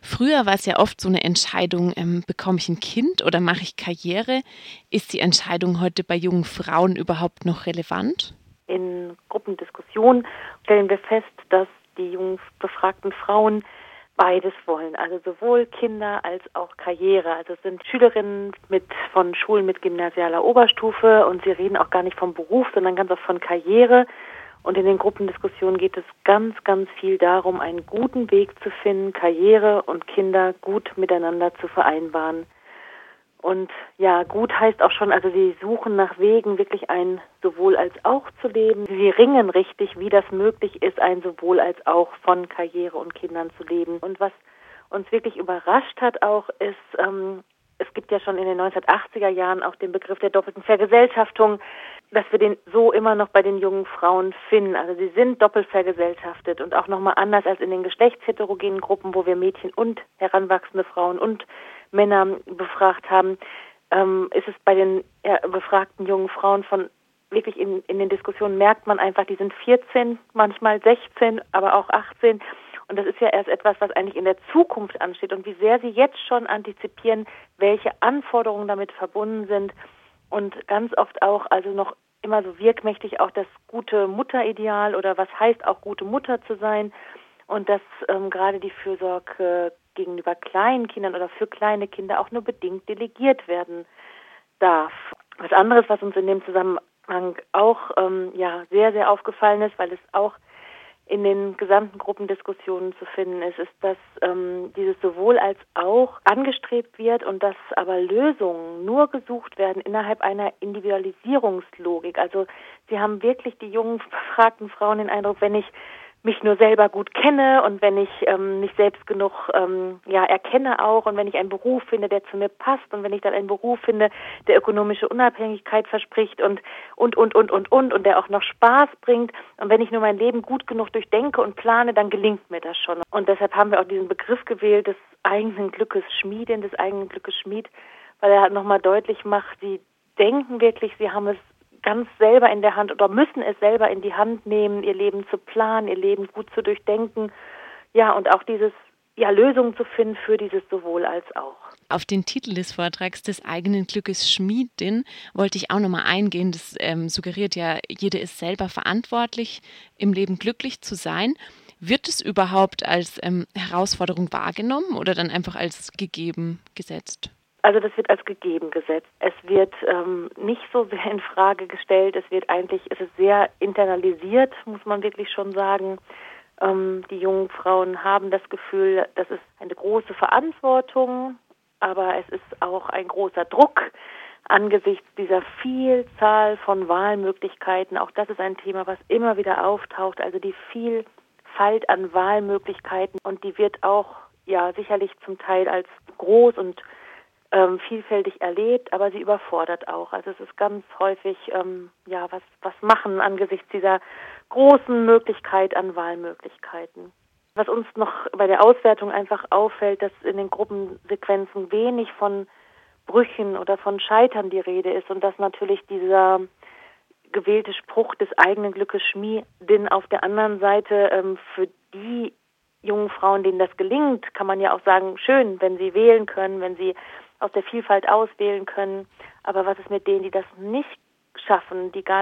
Früher war es ja oft so eine Entscheidung, bekomme ich ein Kind oder mache ich Karriere? Ist die Entscheidung heute bei jungen Frauen überhaupt noch relevant? In Gruppendiskussionen stellen wir fest, dass die jungen befragten Frauen beides wollen, also sowohl Kinder als auch Karriere. Also es sind Schülerinnen von Schulen mit gymnasialer Oberstufe und sie reden auch gar nicht vom Beruf, sondern ganz oft von Karriere. Und in den Gruppendiskussionen geht es ganz, ganz viel darum, einen guten Weg zu finden, Karriere und Kinder gut miteinander zu vereinbaren. Und ja, gut heißt auch schon, also sie suchen nach Wegen, wirklich ein sowohl als auch zu leben. Sie ringen richtig, wie das möglich ist, ein sowohl als auch von Karriere und Kindern zu leben. Und was uns wirklich überrascht hat auch, ist, es gibt ja schon in den 1980er Jahren auch den Begriff der doppelten Vergesellschaftung, dass wir den so immer noch bei den jungen Frauen finden. Also sie sind doppelt vergesellschaftet und auch nochmal anders als in den geschlechtsheterogenen Gruppen, wo wir Mädchen und heranwachsende Frauen und Männer befragt haben, ist es bei den befragten jungen Frauen von wirklich in den Diskussionen merkt man einfach, die sind 14, manchmal 16, aber auch 18. Und das ist ja erst etwas, was eigentlich in der Zukunft ansteht und wie sehr sie jetzt schon antizipieren, welche Anforderungen damit verbunden sind und ganz oft auch, also noch immer so wirkmächtig auch das gute Mutterideal oder was heißt auch gute Mutter zu sein und dass gerade die Fürsorge gegenüber kleinen Kindern oder für kleine Kinder auch nur bedingt delegiert werden darf. Was anderes, was uns in dem Zusammenhang auch sehr, sehr aufgefallen ist, weil es auch in den gesamten Gruppendiskussionen zu finden ist, dass dieses sowohl als auch angestrebt wird und dass aber Lösungen nur gesucht werden innerhalb einer Individualisierungslogik. Also sie haben wirklich die jungen befragten Frauen den Eindruck, wenn ich mich nur selber gut kenne und wenn ich mich selbst genug erkenne auch und wenn ich einen Beruf finde, der zu mir passt und wenn ich dann einen Beruf finde, der ökonomische Unabhängigkeit verspricht und der auch noch Spaß bringt und wenn ich nur mein Leben gut genug durchdenke und plane, dann gelingt mir das schon. Und deshalb haben wir auch diesen Begriff gewählt des eigenen Glückes Schmiedin, des eigenen Glückes Schmied, weil er halt nochmal deutlich macht, sie denken wirklich, sie haben es ganz selber in der Hand oder müssen es selber in die Hand nehmen, ihr Leben zu planen, ihr Leben gut zu durchdenken, ja, und auch Lösungen zu finden für dieses sowohl als auch. Auf den Titel des Vortrags des eigenen Glückes Schmiedin wollte ich auch nochmal eingehen. Das suggeriert ja, jede ist selber verantwortlich, im Leben glücklich zu sein. Wird es überhaupt als Herausforderung wahrgenommen oder dann einfach als gegeben gesetzt? Also das wird als gegeben gesetzt. Es wird nicht so sehr in Frage gestellt. Es ist sehr internalisiert, muss man wirklich schon sagen. Die jungen Frauen haben das Gefühl, das ist eine große Verantwortung, aber es ist auch ein großer Druck angesichts dieser Vielzahl von Wahlmöglichkeiten. Auch das ist ein Thema, was immer wieder auftaucht. Also die Vielfalt an Wahlmöglichkeiten und die wird auch sicherlich zum Teil als groß und vielfältig erlebt, aber sie überfordert auch. Also es ist ganz häufig, was machen angesichts dieser großen Möglichkeit an Wahlmöglichkeiten. Was uns noch bei der Auswertung einfach auffällt, dass in den Gruppensequenzen wenig von Brüchen oder von Scheitern die Rede ist und dass natürlich dieser gewählte Spruch des eigenen Glückes Schmiedin auf der anderen Seite für die jungen Frauen, denen das gelingt, kann man ja auch sagen, schön, wenn sie wählen können, wenn sie aus der Vielfalt auswählen können. Aber was ist mit denen, die das nicht schaffen, die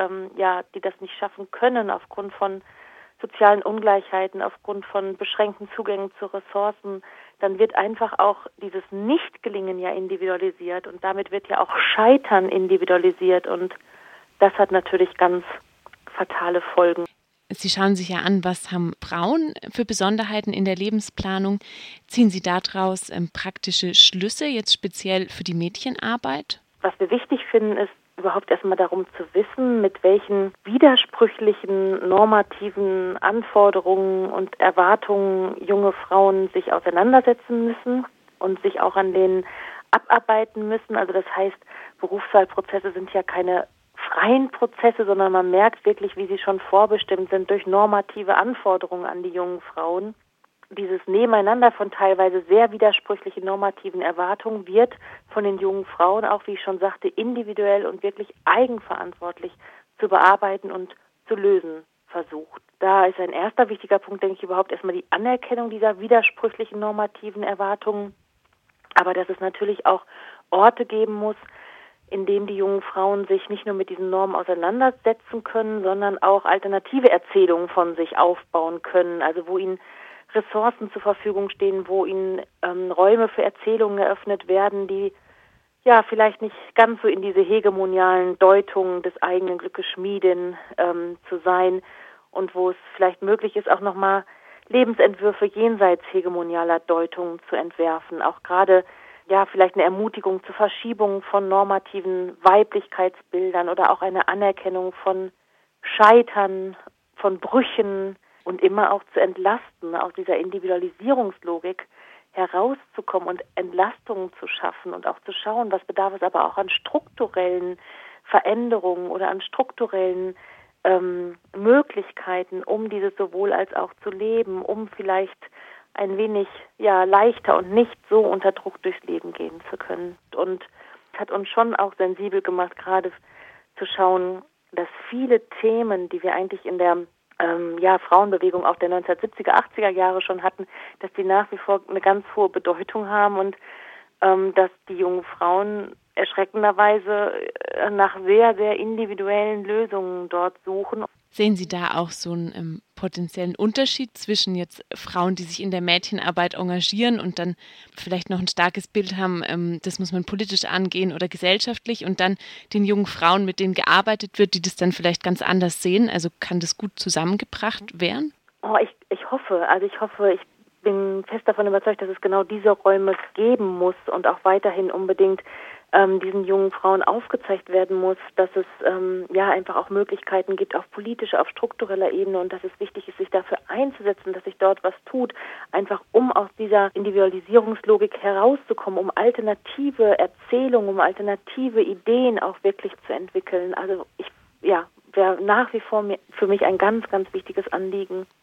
das nicht schaffen können aufgrund von sozialen Ungleichheiten, aufgrund von beschränkten Zugängen zu Ressourcen, dann wird einfach auch dieses Nicht-Gelingen ja individualisiert und damit wird ja auch Scheitern individualisiert und das hat natürlich ganz fatale Folgen. Sie schauen sich ja an, was haben Frauen für Besonderheiten in der Lebensplanung. Ziehen Sie daraus praktische Schlüsse, jetzt speziell für die Mädchenarbeit? Was wir wichtig finden, ist überhaupt erstmal darum zu wissen, mit welchen widersprüchlichen normativen Anforderungen und Erwartungen junge Frauen sich auseinandersetzen müssen und sich auch an denen abarbeiten müssen. Also das heißt, Berufswahlprozesse sind ja keine freien Prozesse, sondern man merkt wirklich, wie sie schon vorbestimmt sind durch normative Anforderungen an die jungen Frauen. Dieses Nebeneinander von teilweise sehr widersprüchlichen normativen Erwartungen wird von den jungen Frauen auch, wie ich schon sagte, individuell und wirklich eigenverantwortlich zu bearbeiten und zu lösen. versucht. Da ist ein erster wichtiger Punkt, denke ich, überhaupt erstmal die Anerkennung dieser widersprüchlichen normativen Erwartungen, aber dass es natürlich auch Orte geben muss, in denen die jungen Frauen sich nicht nur mit diesen Normen auseinandersetzen können, sondern auch alternative Erzählungen von sich aufbauen können, also wo ihnen Ressourcen zur Verfügung stehen, wo ihnen Räume für Erzählungen eröffnet werden, die ja vielleicht nicht ganz so in diese hegemonialen Deutungen des eigenen Glückes Schmiedin zu sein und wo es vielleicht möglich ist, auch nochmal Lebensentwürfe jenseits hegemonialer Deutungen zu entwerfen, auch gerade ja vielleicht eine Ermutigung zur Verschiebung von normativen Weiblichkeitsbildern oder auch eine Anerkennung von Scheitern, von Brüchen und immer auch zu entlasten, aus dieser Individualisierungslogik herauszukommen und Entlastungen zu schaffen und auch zu schauen, was bedarf es aber auch an strukturellen Veränderungen oder an strukturellen Möglichkeiten, um dieses sowohl als auch zu leben, um vielleicht ein wenig leichter und nicht so unter Druck durchs Leben gehen zu können. Und es hat uns schon auch sensibel gemacht, gerade zu schauen, dass viele Themen, die wir eigentlich in der Frauenbewegung auch der 1970er, 80er Jahre schon hatten, dass die nach wie vor eine ganz hohe Bedeutung haben und dass die jungen Frauen erschreckenderweise nach sehr, sehr individuellen Lösungen dort suchen. Sehen Sie da auch so einen potenziellen Unterschied zwischen jetzt Frauen, die sich in der Mädchenarbeit engagieren und dann vielleicht noch ein starkes Bild haben, das muss man politisch angehen oder gesellschaftlich, und dann den jungen Frauen, mit denen gearbeitet wird, die das dann vielleicht ganz anders sehen? Also kann das gut zusammengebracht werden? Ich hoffe. Ich bin fest davon überzeugt, dass es genau diese Räume geben muss und auch weiterhin unbedingt diesen jungen Frauen aufgezeigt werden muss, dass es einfach auch Möglichkeiten gibt auf politischer, auf struktureller Ebene und dass es wichtig ist, sich dafür einzusetzen, dass sich dort was tut, einfach um aus dieser Individualisierungslogik herauszukommen, um alternative Erzählungen, um alternative Ideen auch wirklich zu entwickeln. Also wäre nach wie vor für mich ein ganz, ganz wichtiges Anliegen.